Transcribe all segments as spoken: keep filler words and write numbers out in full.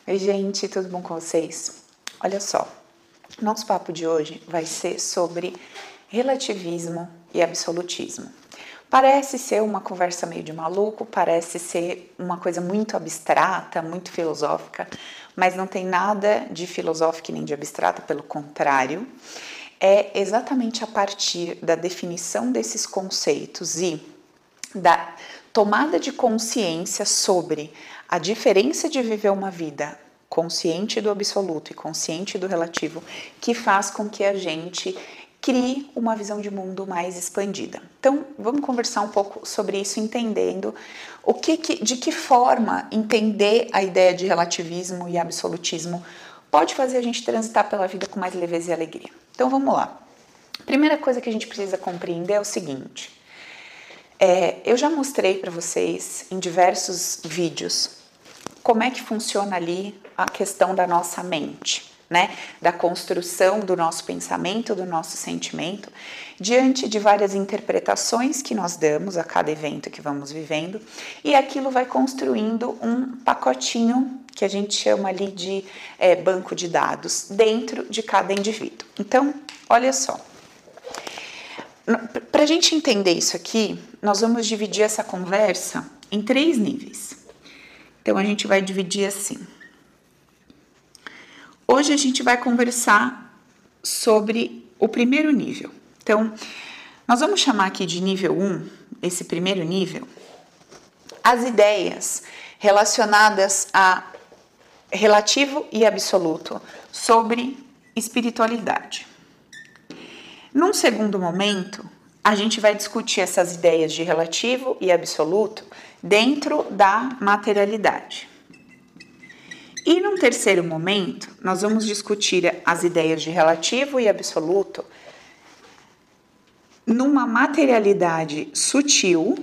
Oi, gente, tudo bom com vocês? Olha só, nosso papo de hoje vai ser sobre relativismo e absolutismo. Parece ser uma conversa meio de maluco, parece ser uma coisa muito abstrata, muito filosófica, mas não tem nada de filosófico nem de abstrata, pelo contrário. É exatamente a partir da definição desses conceitos e da tomada de consciência sobre a diferença de viver uma vida consciente do absoluto e consciente do relativo que faz com que a gente crie uma visão de mundo mais expandida. Então, vamos conversar um pouco sobre isso, entendendo o que, que de que forma entender a ideia de relativismo e absolutismo pode fazer a gente transitar pela vida com mais leveza e alegria. Então, vamos lá. Primeira coisa que a gente precisa compreender é o seguinte: É, eu já mostrei para vocês em diversos vídeos como é que funciona ali a questão da nossa mente, né? Da construção do nosso pensamento, do nosso sentimento, diante de várias interpretações que nós damos a cada evento que vamos vivendo, e aquilo vai construindo um pacotinho que a gente chama ali de é, banco de dados dentro de cada indivíduo. Então, olha só. Para a gente entender isso aqui, nós vamos dividir essa conversa em três níveis. Então, a gente vai dividir assim. Hoje a gente vai conversar sobre o primeiro nível. Então, nós vamos chamar aqui de nível um, esse primeiro nível, as ideias relacionadas a relativo e absoluto sobre espiritualidade. Num segundo momento, a gente vai discutir essas ideias de relativo e absoluto dentro da materialidade. E num terceiro momento, nós vamos discutir as ideias de relativo e absoluto numa materialidade sutil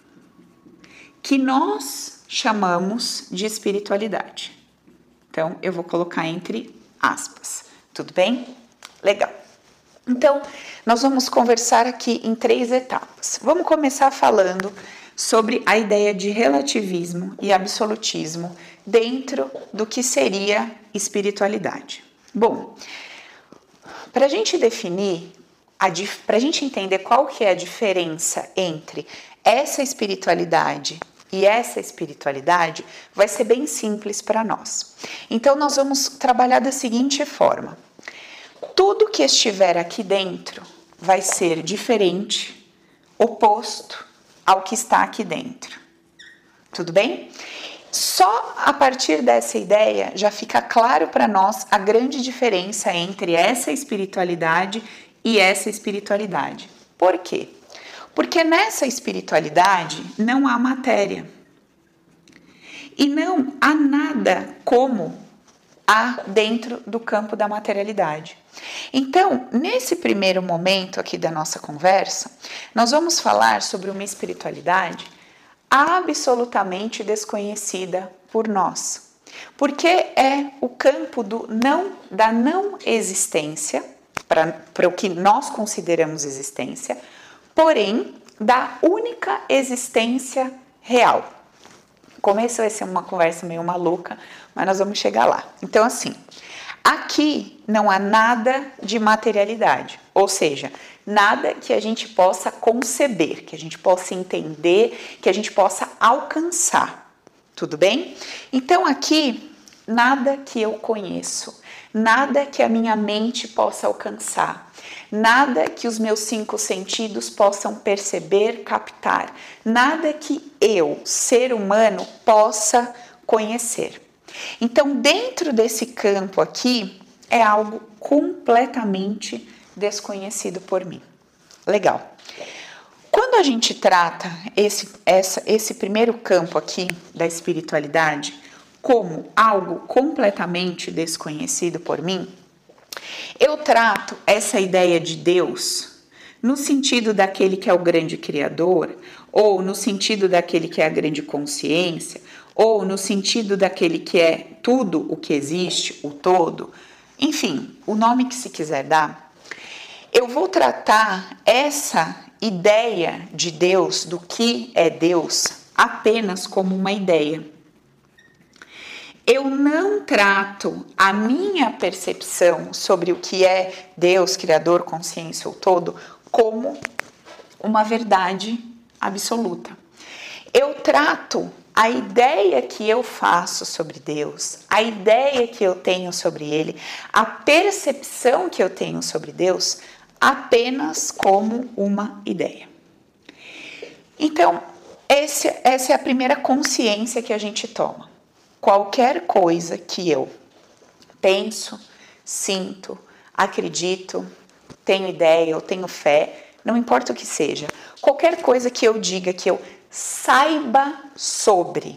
que nós chamamos de espiritualidade. Então, eu vou colocar entre aspas. Tudo bem? Legal. Então, nós vamos conversar aqui em três etapas. Vamos começar falando sobre a ideia de relativismo e absolutismo dentro do que seria espiritualidade. Bom, para a gente definir, para a gente entender qual que é a diferença entre essa espiritualidade e essa espiritualidade, vai ser bem simples para nós. Então, nós vamos trabalhar da seguinte forma. Tudo que estiver aqui dentro vai ser diferente, oposto ao que está aqui dentro. Tudo bem? Só a partir dessa ideia já fica claro para nós a grande diferença entre essa espiritualidade e essa espiritualidade. Por quê? Porque nessa espiritualidade não há matéria. E não há nada como há dentro do campo da materialidade. Então, nesse primeiro momento aqui da nossa conversa, nós vamos falar sobre uma espiritualidade absolutamente desconhecida por nós, porque é o campo do não, da não existência, para o que nós consideramos existência, porém, da única existência real. Começou a ser uma conversa meio maluca, mas nós vamos chegar lá. Então, assim, aqui não há nada de materialidade, ou seja, nada que a gente possa conceber, que a gente possa entender, que a gente possa alcançar, tudo bem? Então, aqui, nada que eu conheço, nada que a minha mente possa alcançar, nada que os meus cinco sentidos possam perceber, captar, nada que eu, ser humano, possa conhecer. Então, dentro desse campo aqui, é algo completamente desconhecido por mim. Legal. Quando a gente trata esse, essa, esse primeiro campo aqui da espiritualidade como algo completamente desconhecido por mim, eu trato essa ideia de Deus no sentido daquele que é o grande criador, ou no sentido daquele que é a grande consciência, ou no sentido daquele que é tudo o que existe, o todo, enfim, o nome que se quiser dar. Eu vou tratar essa ideia de Deus, do que é Deus, apenas como uma ideia. Eu não trato a minha percepção sobre o que é Deus, Criador, consciência ou todo, como uma verdade absoluta. Eu trato a ideia que eu faço sobre Deus, a ideia que eu tenho sobre Ele, a percepção que eu tenho sobre Deus, apenas como uma ideia. Então, esse, essa é a primeira consciência que a gente toma. Qualquer coisa que eu penso, sinto, acredito, tenho ideia ou tenho fé, não importa o que seja, qualquer coisa que eu diga, que eu saiba sobre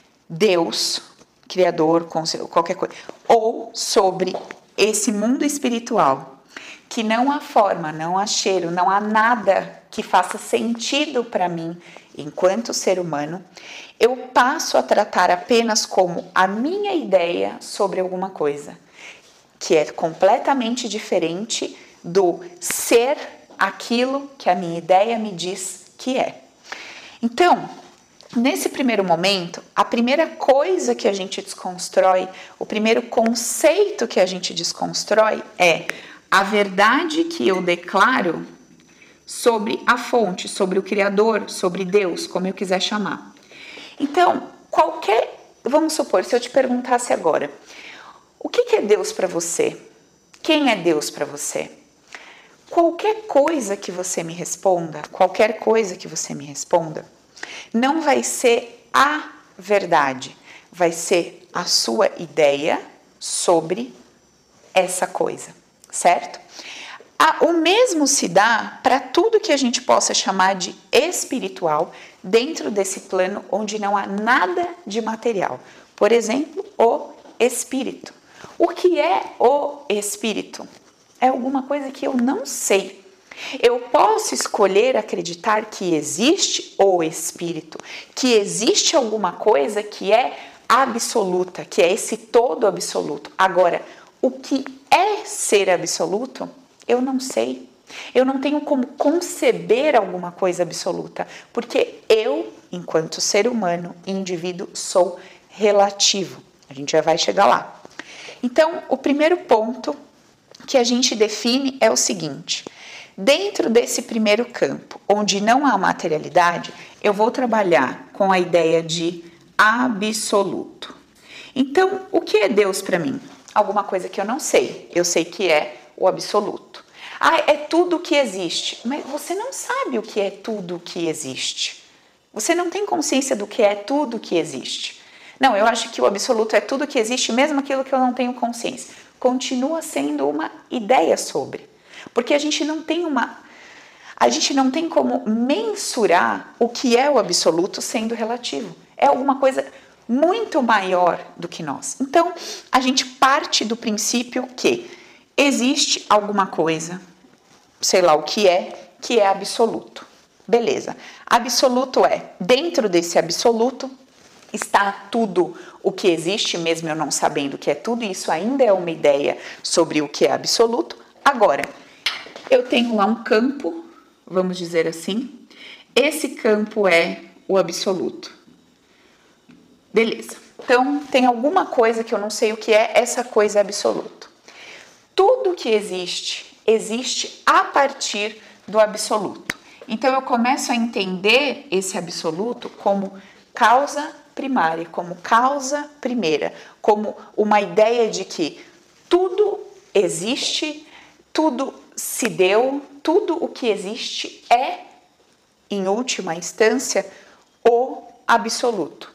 Deus, Criador, qualquer coisa, ou sobre esse mundo espiritual, que não há forma, não há cheiro, não há nada que faça sentido para mim enquanto ser humano, eu passo a tratar apenas como a minha ideia sobre alguma coisa, que é completamente diferente do ser aquilo que a minha ideia me diz que é. Então, nesse primeiro momento, a primeira coisa que a gente desconstrói, o primeiro conceito que a gente desconstrói é a verdade que eu declaro sobre a fonte, sobre o Criador, sobre Deus, como eu quiser chamar. Então, qualquer, vamos supor, se eu te perguntasse agora, o que é Deus para você? Quem é Deus para você? Qualquer coisa que você me responda, qualquer coisa que você me responda, não vai ser a verdade, vai ser a sua ideia sobre essa coisa, certo? Ah, o mesmo se dá para tudo que a gente possa chamar de espiritual dentro desse plano onde não há nada de material. Por exemplo, o espírito. O que é o espírito? É alguma coisa que eu não sei. Eu posso escolher acreditar que existe o espírito, que existe alguma coisa que é absoluta, que é esse todo absoluto. Agora, o que é ser absoluto? Eu não sei. Eu não tenho como conceber alguma coisa absoluta, porque eu, enquanto ser humano, indivíduo, sou relativo. A gente já vai chegar lá. Então, o primeiro ponto que a gente define é o seguinte: dentro desse primeiro campo, onde não há materialidade, eu vou trabalhar com a ideia de absoluto. Então, o que é Deus para mim? Alguma coisa que eu não sei. Eu sei que é o absoluto. Ah, é tudo o que existe. Mas você não sabe o que é tudo o que existe. Você não tem consciência do que é tudo o que existe. Não, eu acho que o absoluto é tudo o que existe, mesmo aquilo que eu não tenho consciência. Continua sendo uma ideia sobre. Porque a gente não tem uma... A gente não tem como mensurar o que é o absoluto sendo relativo. É alguma coisa muito maior do que nós. Então, a gente parte do princípio que existe alguma coisa, sei lá o que é, que é absoluto. Beleza. Absoluto é, dentro desse absoluto, está tudo o que existe, mesmo eu não sabendo o que é tudo, isso ainda é uma ideia sobre o que é absoluto. Agora, eu tenho lá um campo, vamos dizer assim, esse campo é o absoluto. Beleza. Então, tem alguma coisa que eu não sei o que é, essa coisa é absoluto. Tudo que existe, existe a partir do absoluto. Então, eu começo a entender esse absoluto como causa primária, como causa primeira, como uma ideia de que tudo existe, tudo se deu, tudo o que existe é, em última instância, o absoluto,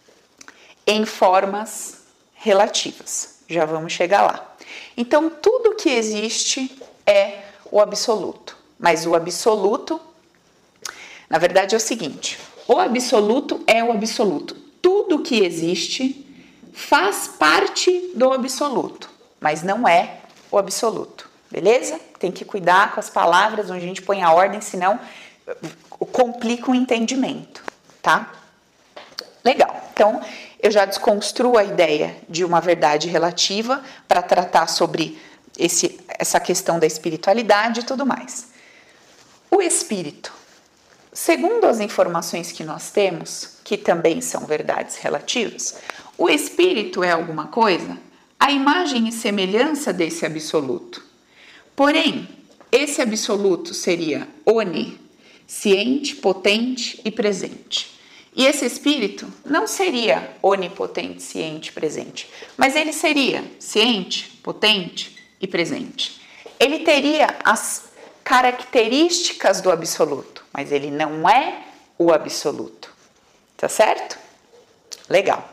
em formas relativas. Já vamos chegar lá. Então, tudo que existe é o absoluto, mas o absoluto, na verdade, é o seguinte: o absoluto é o absoluto. Tudo que existe faz parte do absoluto, mas não é o absoluto, beleza? Tem que cuidar com as palavras onde a gente põe a ordem, senão complica o entendimento, tá? Legal, então eu já desconstruo a ideia de uma verdade relativa para tratar sobre esse, essa questão da espiritualidade e tudo mais. O espírito, segundo as informações que nós temos, que também são verdades relativas, O espírito é alguma coisa? A imagem e semelhança desse absoluto. Porém, esse absoluto seria onisciente, potente e presente. E esse espírito não seria onipotente, ciente, presente, mas ele seria ciente, potente e presente. Ele teria as características do absoluto, mas ele não é o absoluto. Tá certo? Legal.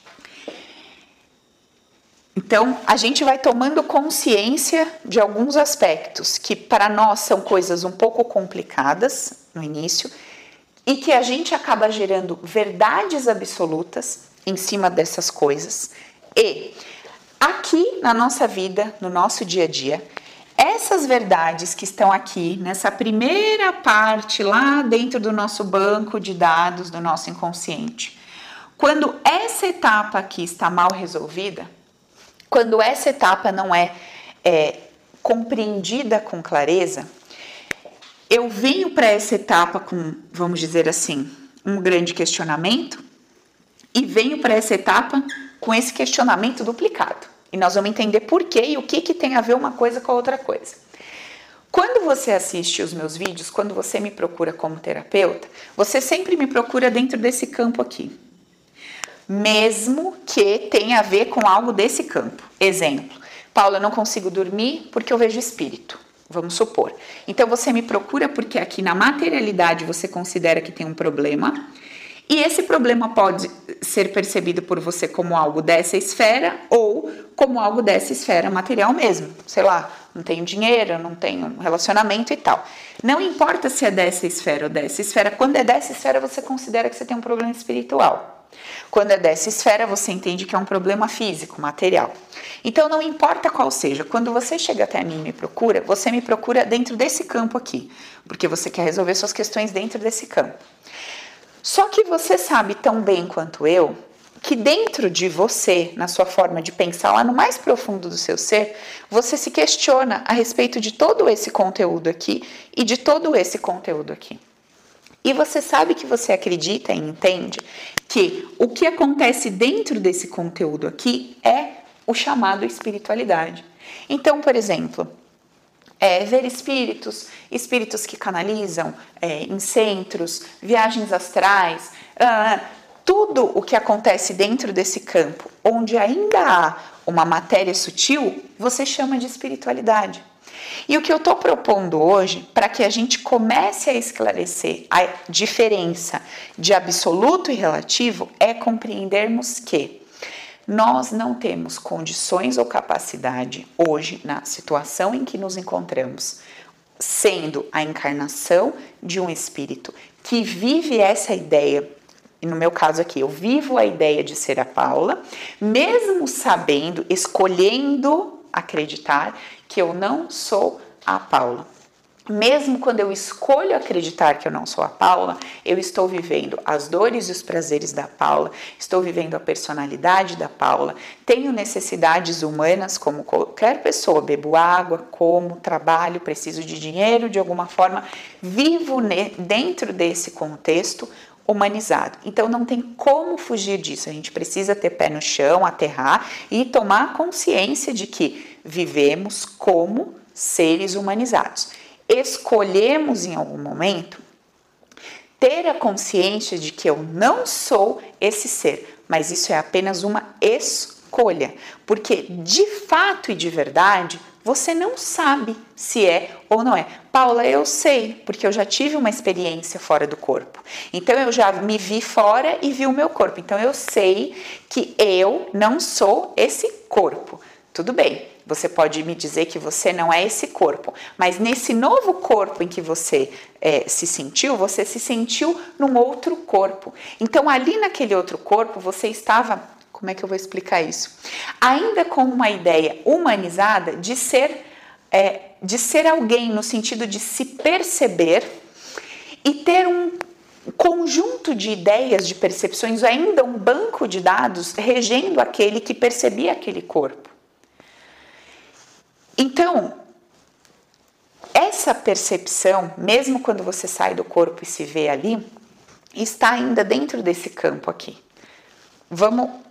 Então, a gente vai tomando consciência de alguns aspectos que para nós são coisas um pouco complicadas no início e que a gente acaba gerando verdades absolutas em cima dessas coisas. E aqui na nossa vida, no nosso dia a dia, essas verdades que estão aqui nessa primeira parte lá dentro do nosso banco de dados do nosso inconsciente, quando essa etapa aqui está mal resolvida, quando essa etapa não é, é compreendida com clareza, eu venho para essa etapa com, vamos dizer assim, um grande questionamento e venho para essa etapa com esse questionamento duplicado. E nós vamos entender por quê e o que, que tem a ver uma coisa com a outra coisa. Quando você assiste os meus vídeos, quando você me procura como terapeuta, você sempre me procura dentro desse campo aqui. Mesmo que tenha a ver com algo desse campo. Exemplo, Paula, eu não consigo dormir porque eu vejo espírito, vamos supor. Então você me procura porque aqui na materialidade você considera que tem um problema e esse problema pode ser percebido por você como algo dessa esfera ou como algo dessa esfera material mesmo. Sei lá, não tenho dinheiro, não tenho relacionamento e tal. Não importa se é dessa esfera ou dessa esfera, quando é dessa esfera você considera que você tem um problema espiritual. Quando é dessa esfera, você entende que é um problema físico, material. Então, não importa qual seja, quando você chega até mim e me procura, você me procura dentro desse campo aqui, porque você quer resolver suas questões dentro desse campo. Só que você sabe tão bem quanto eu que dentro de você, na sua forma de pensar, lá no mais profundo do seu ser, você se questiona a respeito de todo esse conteúdo aqui e de todo esse conteúdo aqui. E você sabe que você acredita e entende que o que acontece dentro desse conteúdo aqui é o chamado espiritualidade. Então, por exemplo, é, ver espíritos, espíritos que canalizam é, em centros, viagens astrais, ah, tudo o que acontece dentro desse campo, onde ainda há uma matéria sutil, você chama de espiritualidade. E o que eu estou propondo hoje, para que a gente comece a esclarecer a diferença de absoluto e relativo, é compreendermos que nós não temos condições ou capacidade hoje, na situação em que nos encontramos, sendo a encarnação de um espírito que vive essa ideia. E no meu caso aqui, eu vivo a ideia de ser a Paula, mesmo sabendo, escolhendo acreditar que eu não sou a Paula. Mesmo quando eu escolho acreditar que eu não sou a Paula, eu estou vivendo as dores e os prazeres da Paula, estou vivendo a personalidade da Paula, tenho necessidades humanas como qualquer pessoa, bebo água, como, trabalho, preciso de dinheiro, de alguma forma, vivo dentro desse contexto humanizado. Então não tem como fugir disso, a gente precisa ter pé no chão, aterrar e tomar consciência de que vivemos como seres humanizados. Escolhemos em algum momento ter a consciência de que eu não sou esse ser, mas isso é apenas uma escolha, porque de fato e de verdade você não sabe se é ou não é. Paula, eu sei, porque eu já tive uma experiência fora do corpo. Então eu já me vi fora e vi o meu corpo. Então eu sei que eu não sou esse corpo. Tudo bem, você pode me dizer que você não é esse corpo, mas nesse novo corpo em que você é, se sentiu, você se sentiu num outro corpo. Então ali naquele outro corpo você estava, como é que eu vou explicar isso? Ainda com uma ideia humanizada de ser, é, de ser alguém no sentido de se perceber e ter um conjunto de ideias, de percepções, ainda um banco de dados regendo aquele que percebia aquele corpo. Então, essa percepção, mesmo quando você sai do corpo e se vê ali, está ainda dentro desse campo aqui. Vamos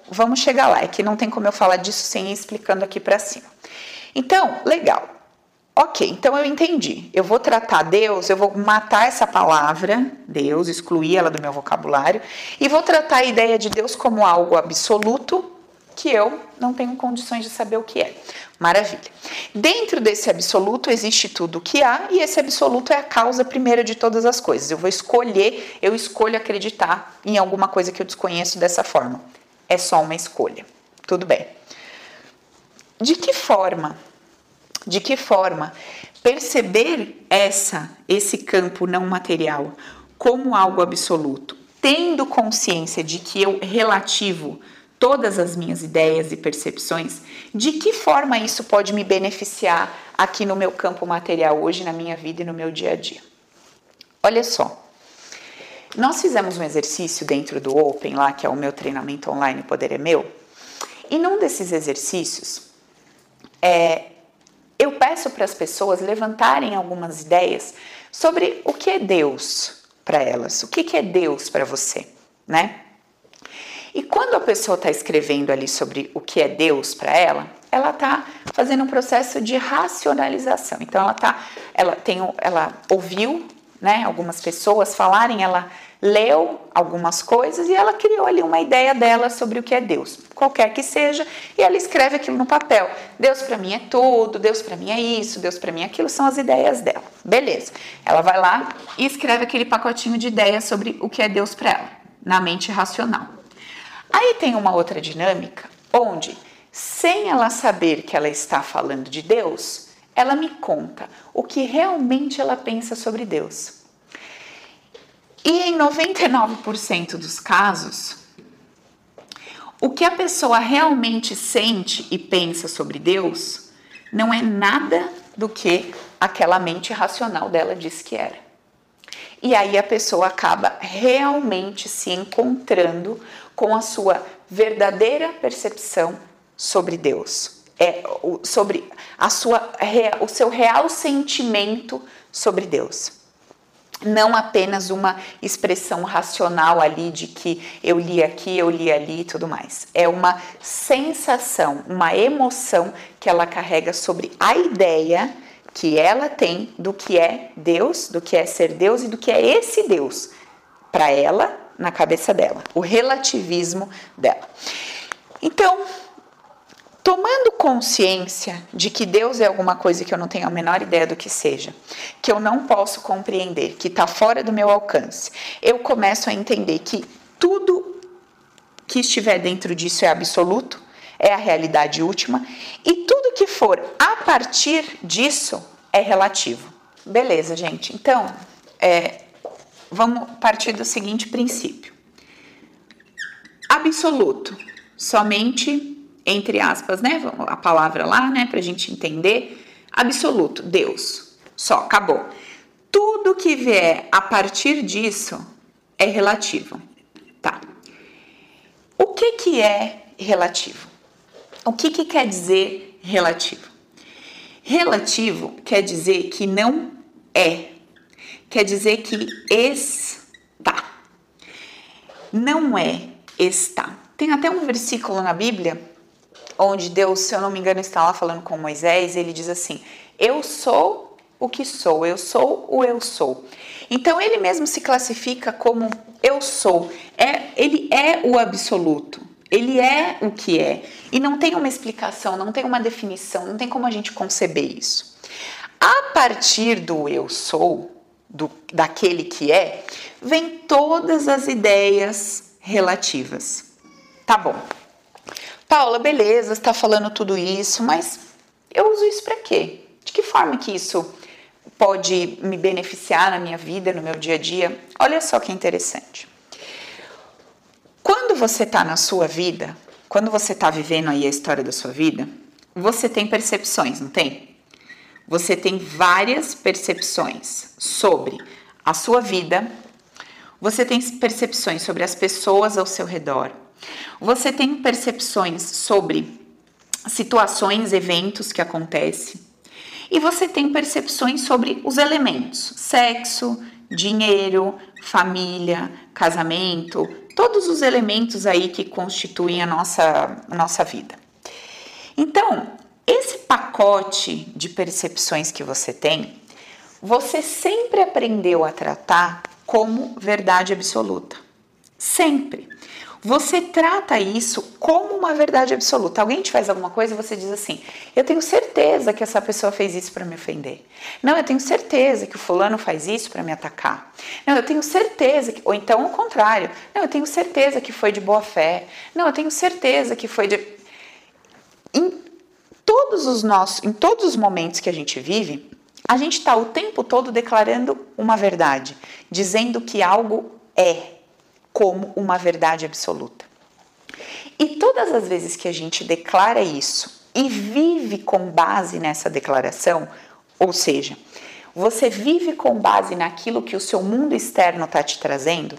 vamos chegar lá, é que não tem como eu falar disso sem ir explicando aqui para cima. Então, legal. Ok, então eu entendi. Eu vou tratar Deus, eu vou matar essa palavra, Deus, excluir ela do meu vocabulário, e vou tratar a ideia de Deus como algo absoluto, que eu não tenho condições de saber o que é. Maravilha. Dentro desse absoluto existe tudo o que há, e esse absoluto é a causa primeira de todas as coisas. Eu vou escolher, eu escolho acreditar em alguma coisa que eu desconheço dessa forma. É só uma escolha. Tudo bem. De que forma? De que forma perceber essa, esse campo não material como algo absoluto, tendo consciência de que eu relativo todas as minhas ideias e percepções, de que forma isso pode me beneficiar aqui no meu campo material hoje, na minha vida e no meu dia a dia? Olha só, nós fizemos um exercício dentro do Open, lá que é o meu treinamento online, O Poder é Meu, e num desses exercícios, é, eu peço para as pessoas levantarem algumas ideias sobre o que é Deus para elas, o que, que é Deus para você, né? E quando a pessoa está escrevendo ali sobre o que é Deus para ela, ela está fazendo um processo de racionalização. Então ela tá, ela tem, ela ouviu, né, algumas pessoas falarem, ela leu algumas coisas e ela criou ali uma ideia dela sobre o que é Deus, qualquer que seja, e ela escreve aquilo no papel. Deus para mim é tudo, Deus para mim é isso, Deus para mim é aquilo, são as ideias dela. Beleza. Ela vai lá e escreve aquele pacotinho de ideias sobre o que é Deus para ela, na mente racional. Aí tem uma outra dinâmica, onde, sem ela saber que ela está falando de Deus, ela me conta o que realmente ela pensa sobre Deus. E em noventa e nove por cento dos casos, o que a pessoa realmente sente e pensa sobre Deus não é nada do que aquela mente racional dela disse que era. E aí a pessoa acaba realmente se encontrando com a sua verdadeira percepção sobre Deus, é, sobre a sua, o seu real sentimento sobre Deus. Não apenas uma expressão racional ali de que eu li aqui, eu li ali e tudo mais. É uma sensação, uma emoção que ela carrega sobre a ideia que ela tem do que é Deus, do que é ser Deus e do que é esse Deus para ela, na cabeça dela, o relativismo dela. Então, tomando consciência de que Deus é alguma coisa que eu não tenho a menor ideia do que seja, que eu não posso compreender, que está fora do meu alcance, eu começo a entender que tudo que estiver dentro disso é absoluto, é a realidade última, e tudo que for a partir disso é relativo. Beleza, gente? Então, é, vamos partir do seguinte princípio. Absoluto, somente... entre aspas, né, a palavra lá, né, pra gente entender, absoluto, Deus, só, acabou. Tudo que vier a partir disso é relativo, tá? O que que é relativo? O que que quer dizer relativo? Relativo quer dizer que não é, quer dizer que está, não é está. Tem até um versículo na Bíblia onde Deus, se eu não me engano, está lá falando com Moisés, ele diz assim, eu sou o que sou, eu sou o eu sou. Então, ele mesmo se classifica como eu sou, é, ele é o absoluto, ele é o que é, e não tem uma explicação, não tem uma definição, não tem como a gente conceber isso. A partir do eu sou, do, daquele que é, vem todas as ideias relativas. Tá bom. Paula, beleza, você está falando tudo isso, mas eu uso isso para quê? De que forma que isso pode me beneficiar na minha vida, no meu dia a dia? Olha só que interessante. Quando você está na sua vida, quando você está vivendo aí a história da sua vida, você tem percepções, não tem? Você tem várias percepções sobre a sua vida, você tem percepções sobre as pessoas ao seu redor, você tem percepções sobre situações, eventos que acontecem, e você tem percepções sobre os elementos, sexo, dinheiro, família, casamento, todos os elementos aí que constituem a nossa, a nossa vida. Então, esse pacote de percepções que você tem, você sempre aprendeu a tratar como verdade absoluta. Sempre. Você trata isso como uma verdade absoluta. Alguém te faz alguma coisa e você diz assim, eu tenho certeza que essa pessoa fez isso para me ofender. Não, eu tenho certeza que o fulano faz isso para me atacar. Não, eu tenho certeza que... Ou então o contrário. Não, eu tenho certeza que foi de boa fé. Não, eu tenho certeza que foi de... Em todos os nossos, em todos os momentos que a gente vive, a gente está o tempo todo declarando uma verdade, dizendo que algo é como uma verdade absoluta. E todas as vezes que a gente declara isso e vive com base nessa declaração, ou seja, você vive com base naquilo que o seu mundo externo está te trazendo,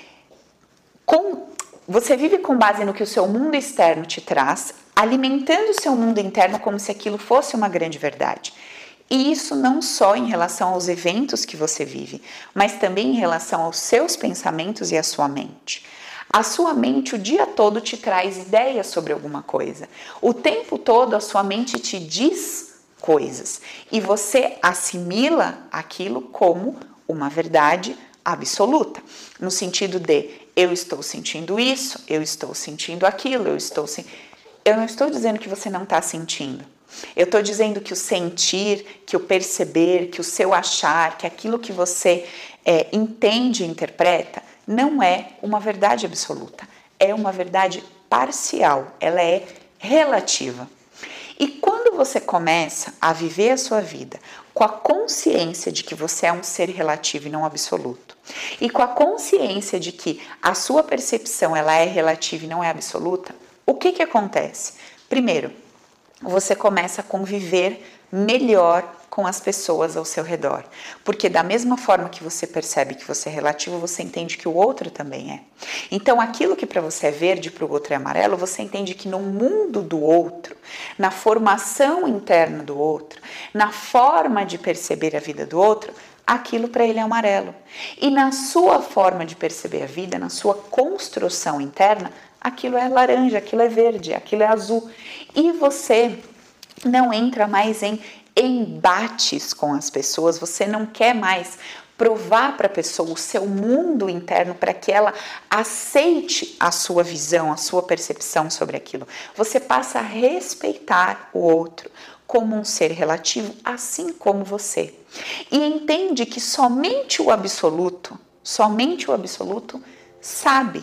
com, você vive com base no que o seu mundo externo te traz, alimentando o seu mundo interno como se aquilo fosse uma grande verdade. E isso não só em relação aos eventos que você vive, mas também em relação aos seus pensamentos e à sua mente. A sua mente o dia todo te traz ideias sobre alguma coisa. O tempo todo a sua mente te diz coisas e você assimila aquilo como uma verdade absoluta, no sentido de eu estou sentindo isso, eu estou sentindo aquilo, eu estou se... eu não estou dizendo que você não está sentindo. Eu estou dizendo que o sentir, que o perceber, que o seu achar, que aquilo que você é, entende e interpreta não é uma verdade absoluta, é uma verdade parcial, ela é relativa. E quando você começa a viver a sua vida com a consciência de que você é um ser relativo e não absoluto, e com a consciência de que a sua percepção ela é relativa e não é absoluta, o que que acontece? Primeiro, você começa a conviver melhor com as pessoas ao seu redor, porque da mesma forma que você percebe que você é relativo, você entende que o outro também é. Então, aquilo que para você é verde, para o outro é amarelo, você entende que no mundo do outro, na formação interna do outro, na forma de perceber a vida do outro, aquilo para ele é amarelo. E na sua forma de perceber a vida, na sua construção interna, aquilo é laranja, aquilo é verde, aquilo é azul. E você não entra mais em embates com as pessoas, você não quer mais provar para a pessoa o seu mundo interno para que ela aceite a sua visão, a sua percepção sobre aquilo. Você passa a respeitar o outro como um ser relativo, assim como você. E entende que somente o absoluto, somente o absoluto sabe.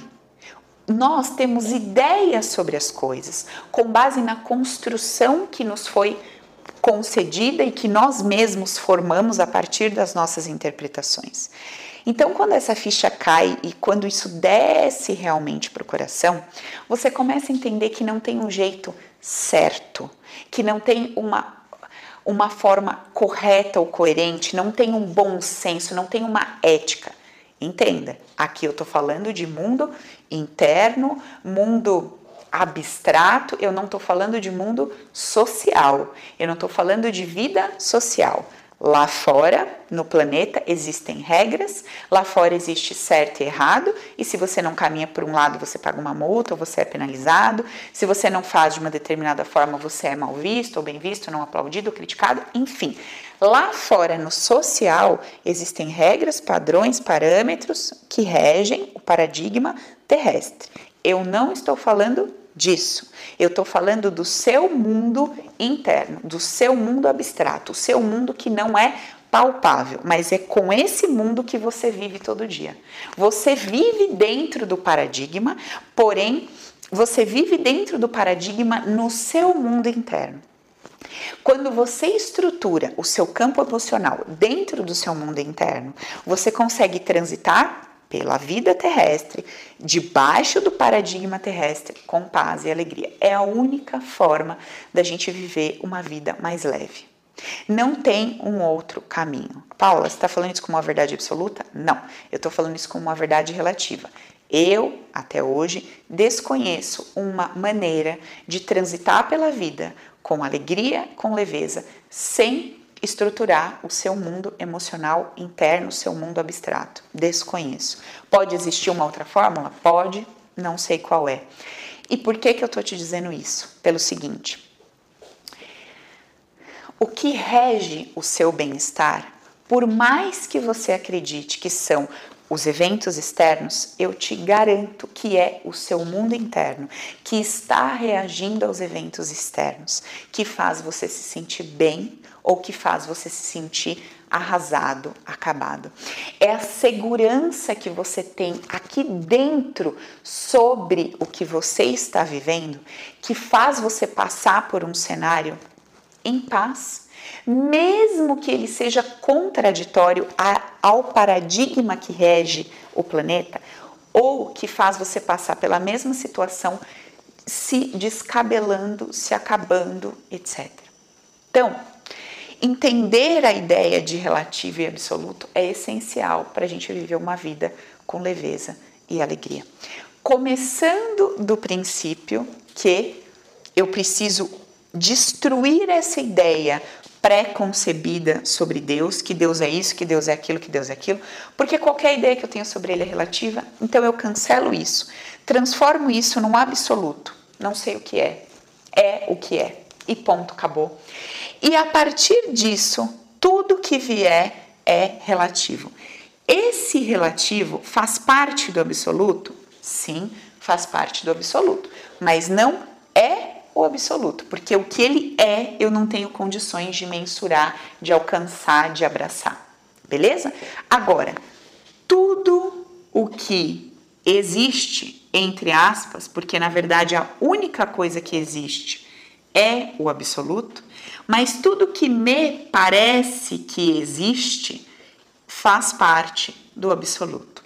Nós temos ideias sobre as coisas, com base na construção que nos foi concedida e que nós mesmos formamos a partir das nossas interpretações. Então, quando essa ficha cai e quando isso desce realmente para o coração, você começa a entender que não tem um jeito certo, que não tem uma, uma forma correta ou coerente, não tem um bom senso, não tem uma ética. Entenda, aqui eu estou falando de mundo interno, mundo abstrato, eu não estou falando de mundo social, eu não estou falando de vida social. Lá fora, no planeta, existem regras, lá fora existe certo e errado, e se você não caminha por um lado, você paga uma multa, ou você é penalizado, se você não faz de uma determinada forma, você é mal visto, ou bem visto, não aplaudido, ou criticado, enfim. Lá fora, no social, existem regras, padrões, parâmetros que regem o paradigma terrestre. Eu não estou falando disso. Eu estou falando do seu mundo interno, do seu mundo abstrato, o seu mundo que não é palpável, mas é com esse mundo que você vive todo dia. Você vive dentro do paradigma, porém, você vive dentro do paradigma no seu mundo interno. Quando você estrutura o seu campo emocional dentro do seu mundo interno, você consegue transitar pela vida terrestre, debaixo do paradigma terrestre, com paz e alegria. É a única forma da gente viver uma vida mais leve. Não tem um outro caminho. Paula, você está falando isso como uma verdade absoluta? Não, eu estou falando isso como uma verdade relativa. Eu, até hoje, desconheço uma maneira de transitar pela vida com alegria, com leveza, sem estruturar o seu mundo emocional interno, o seu mundo abstrato. Desconheço. Pode existir uma outra fórmula? Pode, não sei qual é. E por que que eu estou te dizendo isso? Pelo seguinte, o que rege o seu bem-estar, por mais que você acredite que são os eventos externos, eu te garanto que é o seu mundo interno, que está reagindo aos eventos externos, que faz você se sentir bem ou que faz você se sentir arrasado, acabado. É a segurança que você tem aqui dentro sobre o que você está vivendo que faz você passar por um cenário em paz, mesmo que ele seja contraditório ao paradigma que rege o planeta, ou que faz você passar pela mesma situação, se descabelando, se acabando, etcétera. Então, entender a ideia de relativo e absoluto é essencial para a gente viver uma vida com leveza e alegria. Começando do princípio que eu preciso destruir essa ideia pré-concebida sobre Deus, que Deus é isso, que Deus é aquilo, que Deus é aquilo, porque qualquer ideia que eu tenho sobre ele é relativa, então eu cancelo isso, transformo isso num absoluto, não sei o que é, é o que é, e ponto, acabou. E a partir disso, tudo que vier é relativo. Esse relativo faz parte do absoluto? Sim, faz parte do absoluto, mas não é o absoluto, porque o que ele é, eu não tenho condições de mensurar, de alcançar, de abraçar, beleza? Agora, tudo o que existe, entre aspas, porque na verdade a única coisa que existe é o absoluto, mas tudo que me parece que existe faz parte do absoluto.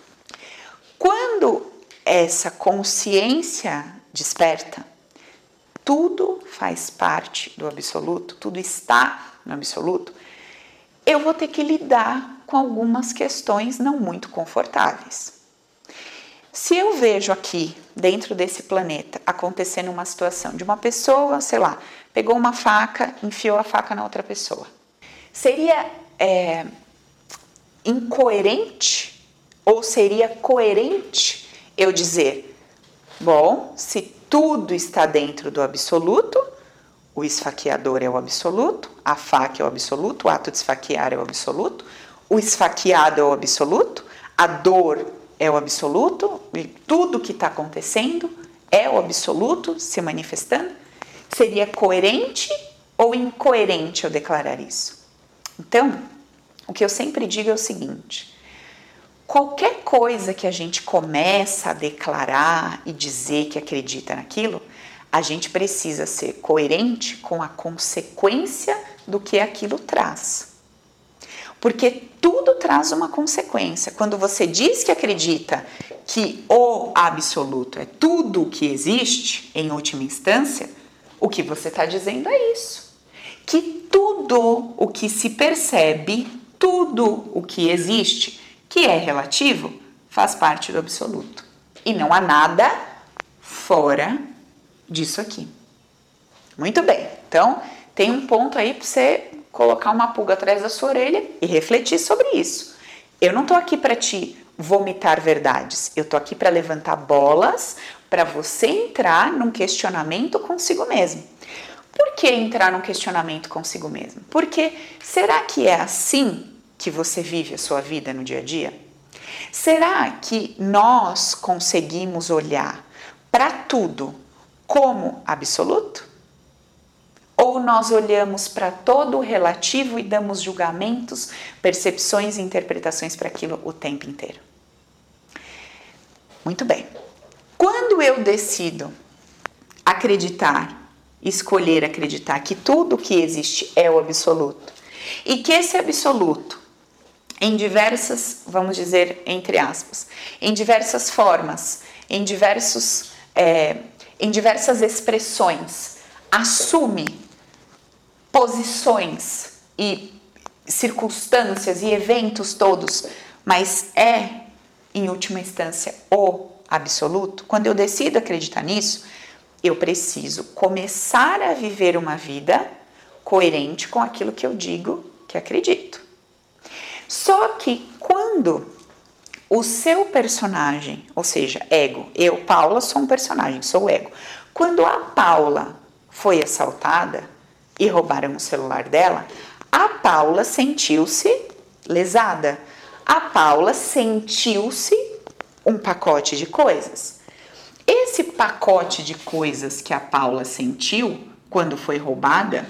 Quando essa consciência desperta, tudo faz parte do absoluto, tudo está no absoluto, eu vou ter que lidar com algumas questões não muito confortáveis. Se eu vejo aqui, dentro desse planeta, acontecendo uma situação de uma pessoa, sei lá, pegou uma faca, enfiou a faca na outra pessoa, seria é, incoerente ou seria coerente eu dizer, bom, se tudo está dentro do absoluto, o esfaqueador é o absoluto, a faca é o absoluto, o ato de esfaquear é o absoluto, o esfaqueado é o absoluto, a dor é o absoluto, e tudo que está acontecendo é o absoluto se manifestando. Seria coerente ou incoerente eu declarar isso? Então, o que eu sempre digo é o seguinte: qualquer coisa que a gente começa a declarar e dizer que acredita naquilo, a gente precisa ser coerente com a consequência do que aquilo traz. Porque tudo traz uma consequência. Quando você diz que acredita que o absoluto é tudo o que existe, em última instância, o que você está dizendo é isso. Que tudo o que se percebe, tudo o que existe, que é relativo, faz parte do absoluto. E não há nada fora disso aqui. Muito bem. Então, tem um ponto aí para você colocar uma pulga atrás da sua orelha e refletir sobre isso. Eu não estou aqui para te vomitar verdades. Eu estou aqui para levantar bolas para você entrar num questionamento consigo mesmo. Por que entrar num questionamento consigo mesmo? Porque será que é assim que você vive a sua vida no dia a dia? Será que nós conseguimos olhar para tudo como absoluto? Ou nós olhamos para todo o relativo e damos julgamentos, percepções e interpretações para aquilo o tempo inteiro? Muito bem. Quando eu decido acreditar, escolher acreditar que tudo que existe é o absoluto, e que esse absoluto, em diversas, vamos dizer, entre aspas, em diversas formas, em, diversos, é, em diversas expressões, assume posições e circunstâncias e eventos todos, mas é, em última instância, o absoluto. Quando eu decido acreditar nisso, eu preciso começar a viver uma vida coerente com aquilo que eu digo que acredito. Só que quando o seu personagem, ou seja, ego, eu, Paula, sou um personagem, sou o ego. Quando a Paula foi assaltada e roubaram o celular dela, a Paula sentiu-se lesada. A Paula sentiu-se um pacote de coisas. Esse pacote de coisas que a Paula sentiu quando foi roubada,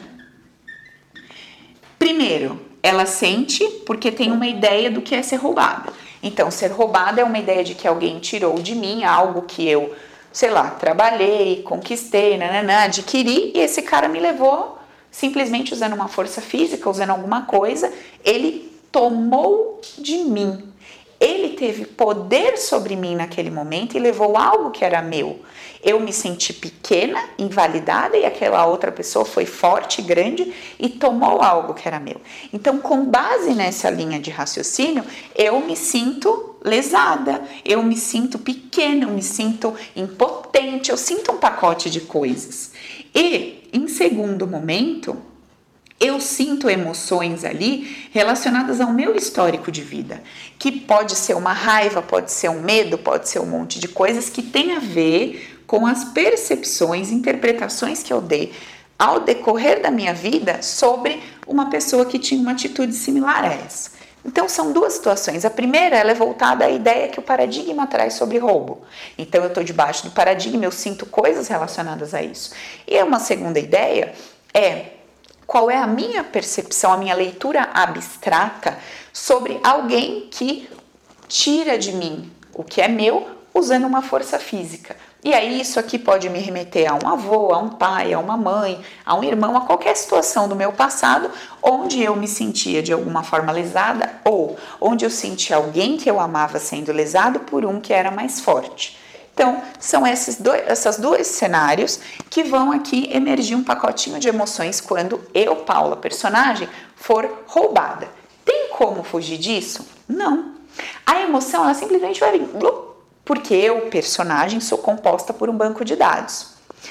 primeiro, ela sente porque tem uma ideia do que é ser roubada. Então, ser roubada é uma ideia de que alguém tirou de mim algo que eu, sei lá, trabalhei, conquistei, nananã, adquiri, e esse cara me levou simplesmente usando uma força física, usando alguma coisa, ele tomou de mim. Ele teve poder sobre mim naquele momento e levou algo que era meu. Eu me senti pequena, invalidada, e aquela outra pessoa foi forte, grande e tomou algo que era meu. Então, com base nessa linha de raciocínio, eu me sinto lesada, eu me sinto pequena, eu me sinto impotente, eu sinto um pacote de coisas. E, em segundo momento, eu sinto emoções ali relacionadas ao meu histórico de vida, que pode ser uma raiva, pode ser um medo, pode ser um monte de coisas que tem a ver com as percepções, interpretações que eu dei ao decorrer da minha vida sobre uma pessoa que tinha uma atitude similar a essa. Então, são duas situações. A primeira, ela é voltada à ideia que o paradigma traz sobre roubo. Então, eu estou debaixo do paradigma, eu sinto coisas relacionadas a isso. E uma segunda ideia é qual é a minha percepção, a minha leitura abstrata sobre alguém que tira de mim o que é meu usando uma força física. E aí isso aqui pode me remeter a um avô, a um pai, a uma mãe, a um irmão, a qualquer situação do meu passado onde eu me sentia de alguma forma lesada ou onde eu sentia alguém que eu amava sendo lesado por um que era mais forte. Então, são esses dois, esses dois cenários que vão aqui emergir um pacotinho de emoções quando eu, Paula, personagem, for roubada. Tem como fugir disso? Não. A emoção, ela simplesmente vai vir, porque eu, personagem, sou composta por um banco de dados.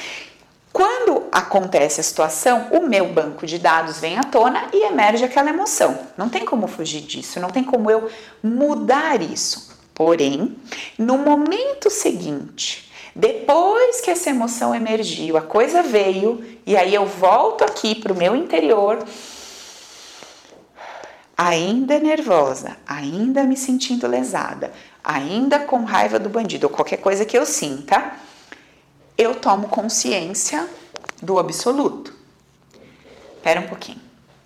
Quando acontece a situação, o meu banco de dados vem à tona e emerge aquela emoção. Não tem como fugir disso, não tem como eu mudar isso. Porém, no momento seguinte, depois que essa emoção emergiu, a coisa veio, e aí eu volto aqui para o meu interior, ainda nervosa, ainda me sentindo lesada, ainda com raiva do bandido, ou qualquer coisa que eu sinta, eu tomo consciência do absoluto. Espera um pouquinho.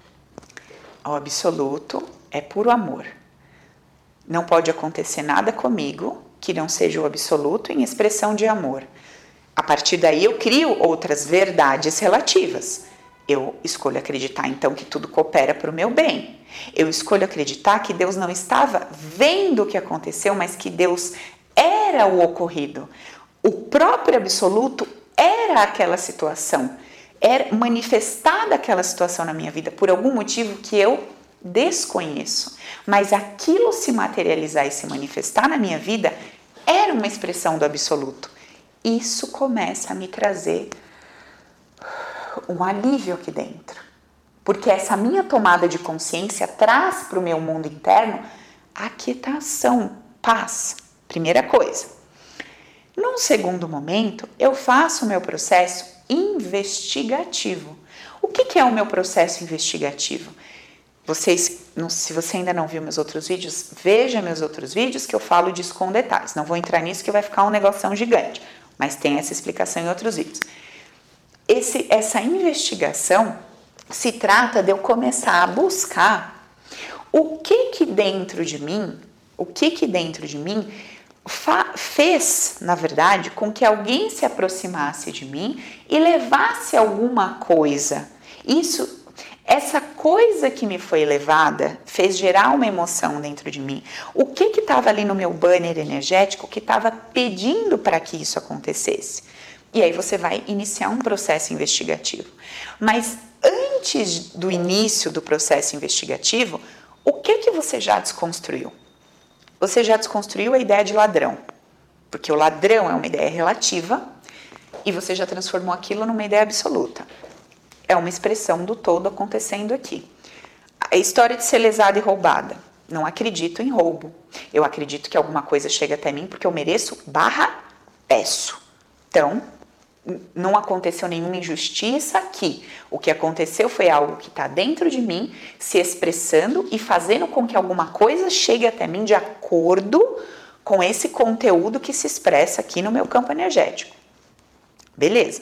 O absoluto é puro amor. Não pode acontecer nada comigo que não seja o absoluto em expressão de amor. A partir daí eu crio outras verdades relativas. Eu escolho acreditar então que tudo coopera para o meu bem. Eu escolho acreditar que Deus não estava vendo o que aconteceu, mas que Deus era o ocorrido. O próprio absoluto era aquela situação, era manifestada aquela situação na minha vida por algum motivo que eu desconheço, mas aquilo se materializar e se manifestar na minha vida era uma expressão do absoluto. Isso começa a me trazer um alívio aqui dentro, porque essa minha tomada de consciência traz para o meu mundo interno aquietação, paz, primeira coisa. Num segundo momento, eu faço o meu processo investigativo. O que, que é o meu processo investigativo? Vocês, se você ainda não viu meus outros vídeos, veja meus outros vídeos que eu falo disso com detalhes. Não vou entrar nisso que vai ficar um negoção gigante, mas tem essa explicação em outros vídeos. Esse, essa investigação se trata de eu começar a buscar o que que dentro de mim, o que que dentro de mim fez, na verdade, com que alguém se aproximasse de mim e levasse alguma coisa. Isso Essa coisa que me foi levada fez gerar uma emoção dentro de mim. O que que estava ali no meu banner energético que estava pedindo para que isso acontecesse? E aí você vai iniciar um processo investigativo. Mas antes do início do processo investigativo, o que que você já desconstruiu? Você já desconstruiu a ideia de ladrão, porque o ladrão é uma ideia relativa e você já transformou aquilo numa ideia absoluta. é uma expressão do todo acontecendo aqui. A história de ser lesada e roubada. Não acredito em roubo. Eu acredito que alguma coisa chega até mim porque eu mereço barra peço. Então, não aconteceu nenhuma injustiça aqui. O que aconteceu foi algo que está dentro de mim, se expressando e fazendo com que alguma coisa chegue até mim de acordo com esse conteúdo que se expressa aqui no meu campo energético. Beleza.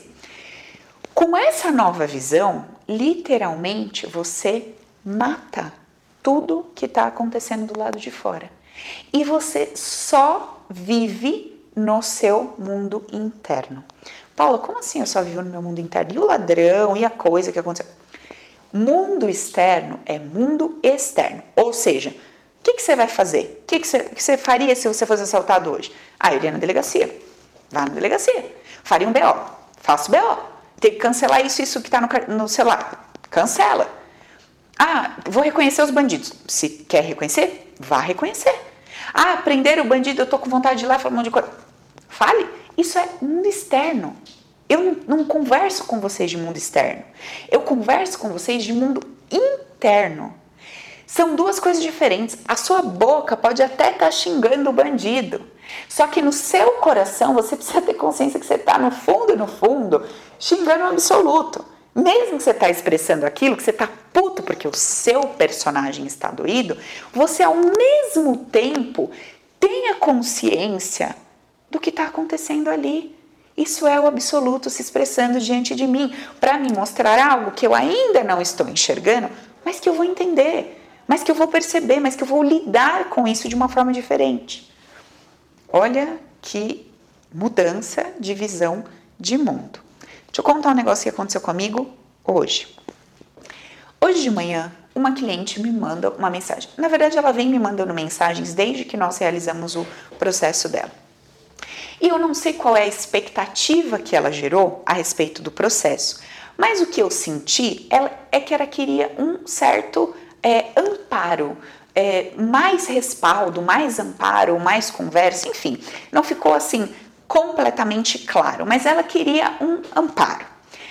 Com essa nova visão, literalmente você mata tudo que está acontecendo do lado de fora. E você só vive no seu mundo interno. Paula, como assim eu só vivo no meu mundo interno? E o ladrão, e a coisa que aconteceu? Mundo externo é mundo externo. Ou seja, o que, que você vai fazer? O que, que, você, que você faria se você fosse assaltado hoje? Ah, eu iria na delegacia. Vá na delegacia. Faria um B O. Faço B O. Tem que cancelar isso, isso que está no, no celular. Cancela. Ah, vou reconhecer os bandidos. Se quer reconhecer, vá reconhecer. Ah, prender o bandido, eu tô com vontade de ir lá falar um monte de coisa. Fale. Isso é mundo externo. Eu não, não converso com vocês de mundo externo. Eu converso com vocês de mundo interno. São duas coisas diferentes. A sua boca pode até estar xingando o bandido. Só que no seu coração você precisa ter consciência que você está no fundo, no fundo, xingando o absoluto. Mesmo que você está expressando aquilo, que você está puto porque o seu personagem está doído, você ao mesmo tempo tem a consciência do que está acontecendo ali. Isso é o absoluto se expressando diante de mim, para me mostrar algo que eu ainda não estou enxergando, mas que eu vou entender, mas que eu vou perceber, mas que eu vou lidar com isso de uma forma diferente. Olha que mudança de visão de mundo. Deixa eu contar um negócio que aconteceu comigo hoje. Hoje de manhã, uma cliente me manda uma mensagem. Na verdade, ela vem me mandando mensagens desde que nós realizamos o processo dela. E eu não sei qual é a expectativa que ela gerou a respeito do processo, mas o que eu senti ela, é que ela queria um certo é, amparo, é, mais respaldo, mais amparo, mais conversa, enfim, não ficou assim completamente claro, mas ela queria um amparo.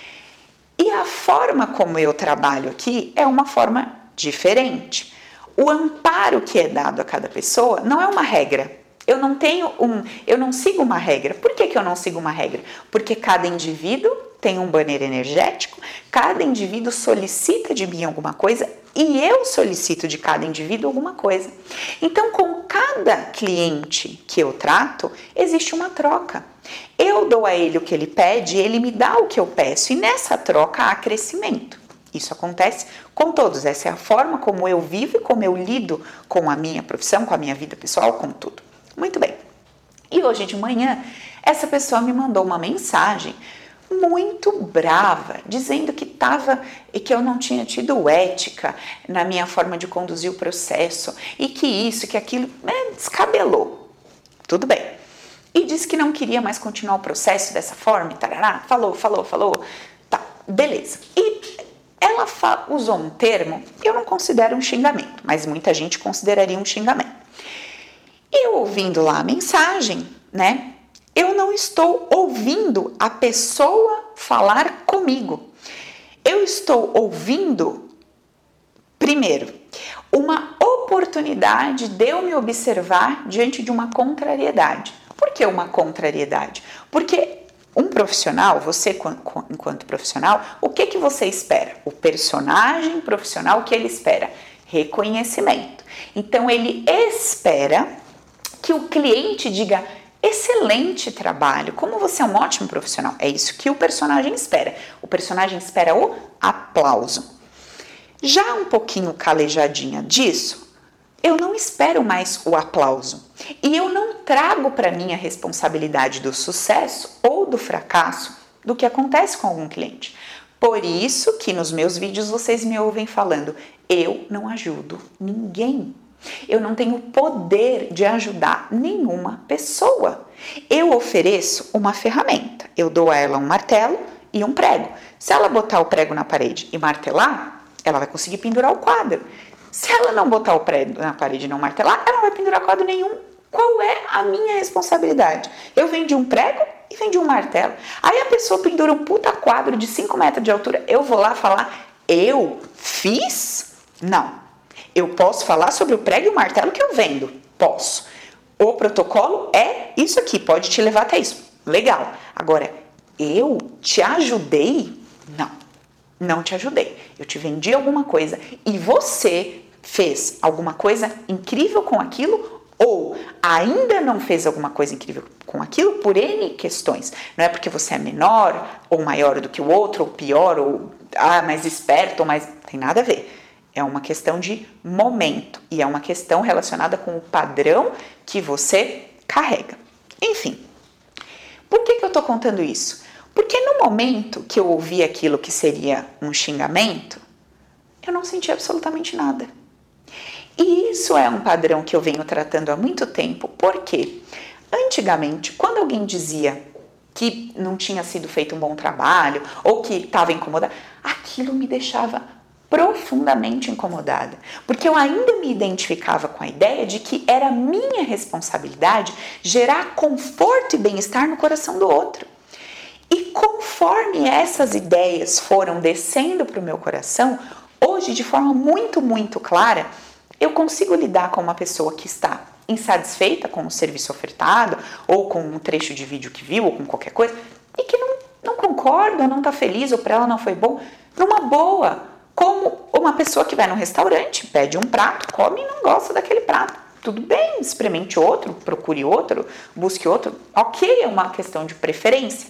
E a forma como eu trabalho aqui é uma forma diferente. O amparo que é dado a cada pessoa não é uma regra. Eu não tenho um, eu não sigo uma regra. Por que que eu não sigo uma regra? Porque cada indivíduo tem um banner energético, cada indivíduo solicita de mim alguma coisa e eu solicito de cada indivíduo alguma coisa. Então, com cada cliente que eu trato, existe uma troca. Eu dou a ele o que ele pede, ele me dá o que eu peço e nessa troca há crescimento. Isso acontece com todos. Essa é a forma como eu vivo e como eu lido com a minha profissão, com a minha vida pessoal, com tudo. Muito bem. E hoje de manhã, essa pessoa me mandou uma mensagem muito brava, dizendo que tava e que eu não tinha tido ética na minha forma de conduzir o processo e que isso, que aquilo, é, descabelou. Tudo bem. E disse que não queria mais continuar o processo dessa forma, e tarará, falou, falou, falou, tá, beleza. E ela usou um termo que eu não considero um xingamento, mas muita gente consideraria um xingamento. Eu ouvindo lá a mensagem, né? Eu não estou ouvindo a pessoa falar comigo. Eu estou ouvindo, primeiro, uma oportunidade de eu me observar diante de uma contrariedade. Por que uma contrariedade? Porque um profissional, você enquanto profissional, o que que você espera? O personagem profissional, o que ele espera? Reconhecimento. Então, ele espera que o cliente diga: excelente trabalho, como você é um ótimo profissional. É isso que o personagem espera. O personagem espera o aplauso. Já um pouquinho calejadinha disso, eu não espero mais o aplauso. E eu não trago para mim a responsabilidade do sucesso ou do fracasso do que acontece com algum cliente. Por isso que nos meus vídeos vocês me ouvem falando: eu não ajudo ninguém. Eu não tenho poder de ajudar nenhuma pessoa. Eu ofereço uma ferramenta. Eu dou a ela um martelo e um prego. Se ela botar o prego na parede e martelar, ela vai conseguir pendurar o quadro. Se ela não botar o prego na parede e não martelar, ela não vai pendurar quadro nenhum. Qual é a minha responsabilidade? Eu vendi um prego e vendi um martelo. Aí a pessoa pendura um puta quadro de cinco metros de altura. Eu vou lá falar, eu fiz? Não. Eu posso falar sobre o prego e o martelo que eu vendo? Posso. O protocolo é isso aqui, pode te levar até isso. Legal. Agora, eu te ajudei? Não. Não te ajudei. Eu te vendi alguma coisa e você fez alguma coisa incrível com aquilo ou ainda não fez alguma coisa incrível com aquilo por N questões. Não é porque você é menor ou maior do que o outro, ou pior, ou ah, mais esperto, ou mais... Tem nada a ver. É uma questão de momento e é uma questão relacionada com o padrão que você carrega. Enfim, por que que eu tô contando isso? Porque no momento que eu ouvi aquilo que seria um xingamento, eu não senti absolutamente nada. E isso é um padrão que eu venho tratando há muito tempo, porque antigamente, quando alguém dizia que não tinha sido feito um bom trabalho ou que estava incomodado, aquilo me deixava profundamente incomodada, porque eu ainda me identificava com a ideia de que era minha responsabilidade gerar conforto e bem-estar no coração do outro. E conforme essas ideias foram descendo para o meu coração, hoje, de forma muito, muito clara, eu consigo lidar com uma pessoa que está insatisfeita com o serviço ofertado, ou com um trecho de vídeo que viu, ou com qualquer coisa, e que não, não concorda, não está feliz, ou para ela não foi bom, numa boa. Como uma pessoa que vai num restaurante, pede um prato, come e não gosta daquele prato. Tudo bem, experimente outro, procure outro, busque outro. Ok, é uma questão de preferência.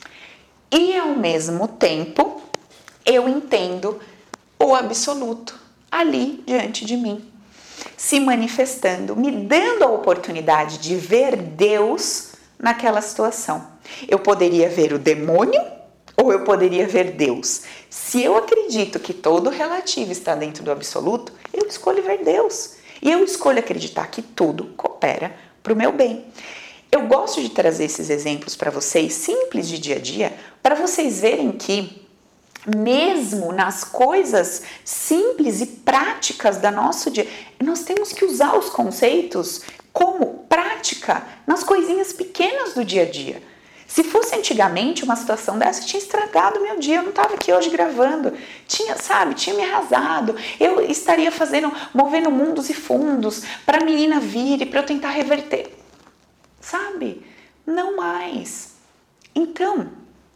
E ao mesmo tempo, eu entendo o absoluto ali diante de mim, se manifestando, me dando a oportunidade de ver Deus naquela situação. Eu poderia ver o demônio ou eu poderia ver Deus. Se eu acredito que todo relativo está dentro do absoluto, eu escolho ver Deus. E eu escolho acreditar que tudo coopera para o meu bem. Eu gosto de trazer esses exemplos para vocês, simples de dia a dia, para vocês verem que mesmo nas coisas simples e práticas da nosso dia, nós temos que usar os conceitos como prática nas coisinhas pequenas do dia a dia. Se fosse antigamente uma situação dessa, tinha estragado meu dia, eu não estava aqui hoje gravando, tinha, sabe, tinha me arrasado, eu estaria fazendo, movendo mundos e fundos para a menina vir e para eu tentar reverter, sabe? Não mais. Então,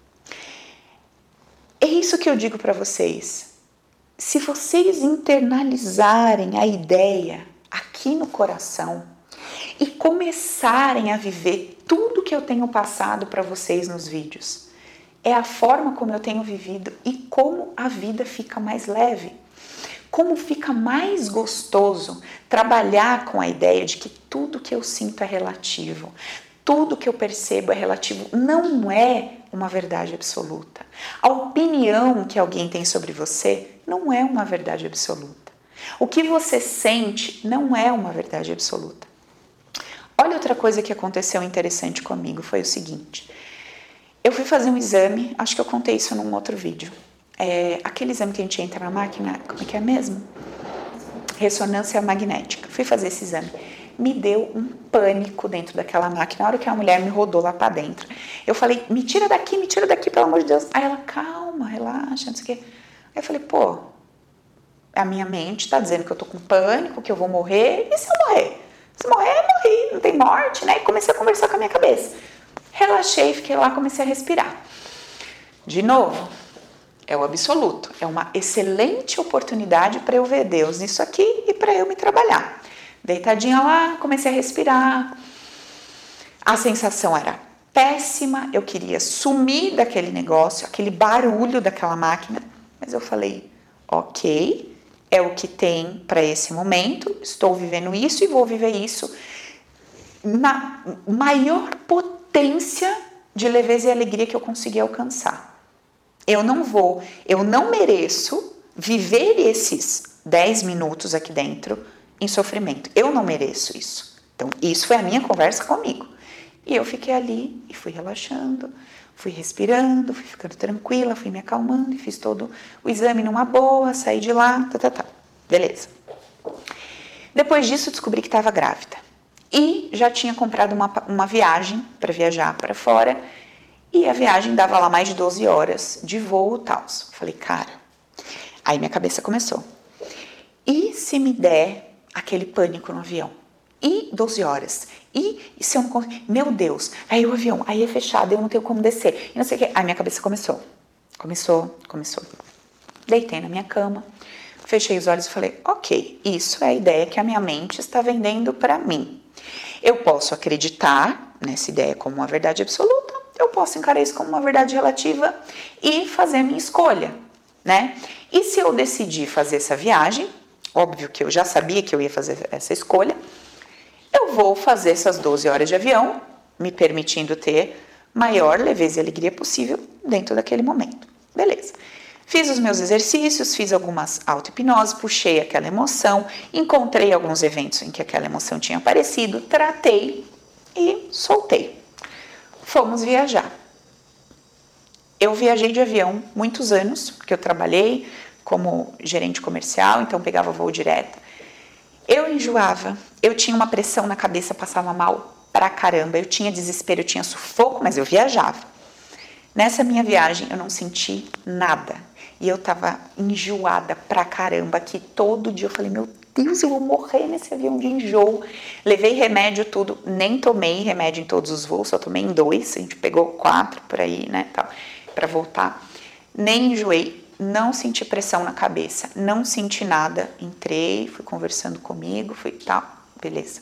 é isso que eu digo para vocês. Se vocês internalizarem a ideia aqui no coração e começarem a viver tudo que eu tenho passado para vocês nos vídeos, é a forma como eu tenho vivido e como a vida fica mais leve. Como fica mais gostoso trabalhar com a ideia de que tudo que eu sinto é relativo. Tudo que eu percebo é relativo, não é uma verdade absoluta. A opinião que alguém tem sobre você não é uma verdade absoluta. O que você sente não é uma verdade absoluta. Olha outra coisa que aconteceu interessante comigo, foi o seguinte. Eu fui fazer um exame, acho que eu contei isso num outro vídeo. É, aquele exame que a gente entra na máquina, como é que é mesmo? Ressonância magnética. Fui fazer esse exame. Me deu um pânico dentro daquela máquina. Na hora que a mulher me rodou lá pra dentro, eu falei, me tira daqui, me tira daqui, pelo amor de Deus. Aí ela, calma, relaxa, não sei o quê. Aí eu falei, pô, a minha mente tá dizendo que eu tô com pânico, que eu vou morrer. E se eu morrer? Se morrer, eu morri, não tem morte, né? E comecei a conversar com a minha cabeça. Relaxei, fiquei lá, comecei a respirar. De novo, é o absoluto. É uma excelente oportunidade para eu ver Deus nisso aqui e para eu me trabalhar. Deitadinha lá, comecei a respirar. A sensação era péssima, eu queria sumir daquele negócio, aquele barulho daquela máquina. Mas eu falei, ok, é o que tem para esse momento, estou vivendo isso e vou viver isso na maior potência de leveza e alegria que eu conseguir alcançar. Eu não vou, eu não mereço viver esses dez minutos aqui dentro em sofrimento. Eu não mereço isso. Então, isso foi a minha conversa comigo. E eu fiquei ali e fui relaxando, fui respirando, fui ficando tranquila, fui me acalmando e fiz todo o exame numa boa, saí de lá, tá, tá, tá. Beleza. Depois disso, descobri que estava grávida. e já tinha comprado uma, uma viagem para viajar para fora, e a viagem dava lá mais de doze horas de voo e tal. Falei, cara, aí minha cabeça começou. E se me der aquele pânico no avião? E doze horas? E, e se eu não conseguir? Meu Deus, aí o avião, aí é fechado, eu não tenho como descer. E não sei o que. Aí minha cabeça começou. Começou, começou. Deitei na minha cama, fechei os olhos e falei, ok, isso é a ideia que a minha mente está vendendo para mim. Eu posso acreditar nessa ideia como uma verdade absoluta, eu posso encarar isso como uma verdade relativa e fazer a minha escolha, né? E se eu decidir fazer essa viagem, óbvio que eu já sabia que eu ia fazer essa escolha, eu vou fazer essas doze horas de avião, me permitindo ter maior leveza e alegria possível dentro daquele momento. Beleza. Fiz os meus exercícios, fiz algumas auto-hipnose, puxei aquela emoção, encontrei alguns eventos em que aquela emoção tinha aparecido, tratei e soltei. Fomos viajar. Eu viajei de avião muitos anos, porque eu trabalhei como gerente comercial, então pegava voo direto. Eu enjoava, eu tinha uma pressão na cabeça, passava mal pra caramba, eu tinha desespero, eu tinha sufoco, mas eu viajava. Nessa minha viagem eu não senti nada e eu tava enjoada pra caramba, que todo dia eu falei, meu Deus, eu vou morrer nesse avião de enjoo. Levei remédio tudo, nem tomei remédio em todos os voos, só tomei em dois, a gente pegou quatro por aí, né, tal, pra voltar. Nem enjoei, não senti pressão na cabeça, não senti nada, entrei, fui conversando comigo, fui tal, beleza.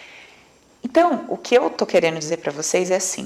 Então, o que eu tô querendo dizer pra vocês é assim,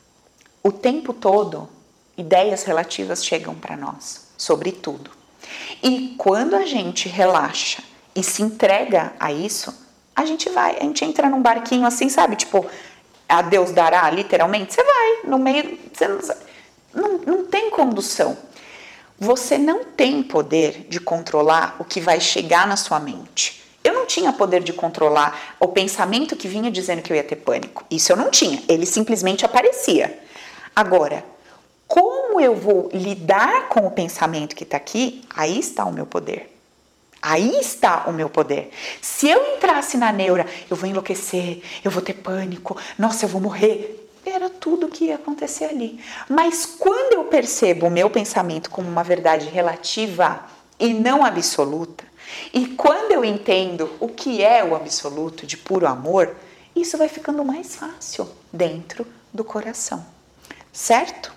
o tempo todo, ideias relativas chegam para nós, sobre tudo. E quando a gente relaxa e se entrega a isso, a gente vai, a gente entra num barquinho assim, sabe? Tipo, a Deus dará, literalmente. Você vai no meio, você não, não, não tem condução. Você não tem poder de controlar o que vai chegar na sua mente. Eu não tinha poder de controlar o pensamento que vinha dizendo que eu ia ter pânico. Isso eu não tinha, ele simplesmente aparecia. Agora, como eu vou lidar com o pensamento que está aqui, aí está o meu poder. Aí está o meu poder. Se eu entrasse na neura, eu vou enlouquecer, eu vou ter pânico, nossa, eu vou morrer, era tudo que ia acontecer ali. Mas quando eu percebo o meu pensamento como uma verdade relativa e não absoluta, e quando eu entendo o que é o absoluto de puro amor, isso vai ficando mais fácil dentro do coração. Certo?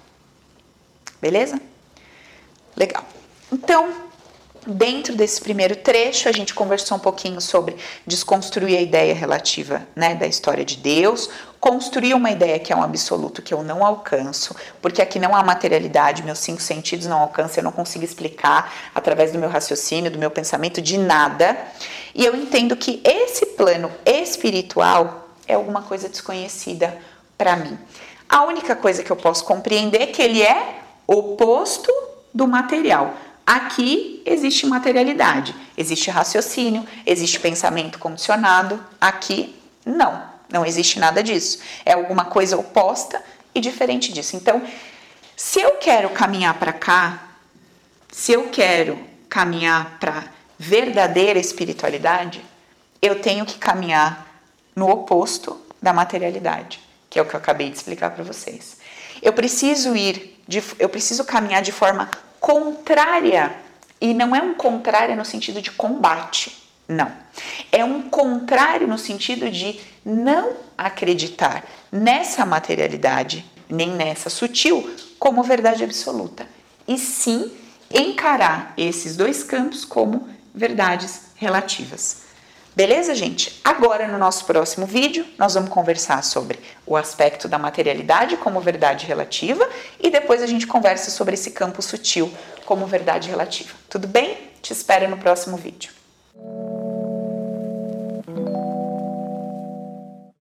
Beleza? Legal. Então, dentro desse primeiro trecho, a gente conversou um pouquinho sobre desconstruir a ideia relativa, né, da história de Deus, construir uma ideia que é um absoluto que eu não alcanço, porque aqui não há materialidade, meus cinco sentidos não alcançam, eu não consigo explicar através do meu raciocínio, do meu pensamento, de nada. E eu entendo que esse plano espiritual é alguma coisa desconhecida para mim. A única coisa que eu posso compreender é que ele é oposto do material. Aqui existe materialidade, existe raciocínio, existe pensamento condicionado. Aqui não, não existe nada disso. É alguma coisa oposta e diferente disso. Então, se eu quero caminhar para cá, se eu quero caminhar para verdadeira espiritualidade, eu tenho que caminhar no oposto da materialidade, que é o que eu acabei de explicar para vocês. Eu preciso ir, de, eu preciso caminhar de forma contrária, e não é um contrário no sentido de combate, não. É um contrário no sentido de não acreditar nessa materialidade, nem nessa sutil, como verdade absoluta, e sim encarar esses dois campos como verdades relativas. Beleza, gente? Agora, no nosso próximo vídeo, nós vamos conversar sobre o aspecto da materialidade como verdade relativa e depois a gente conversa sobre esse campo sutil como verdade relativa. Tudo bem? Te espero no próximo vídeo.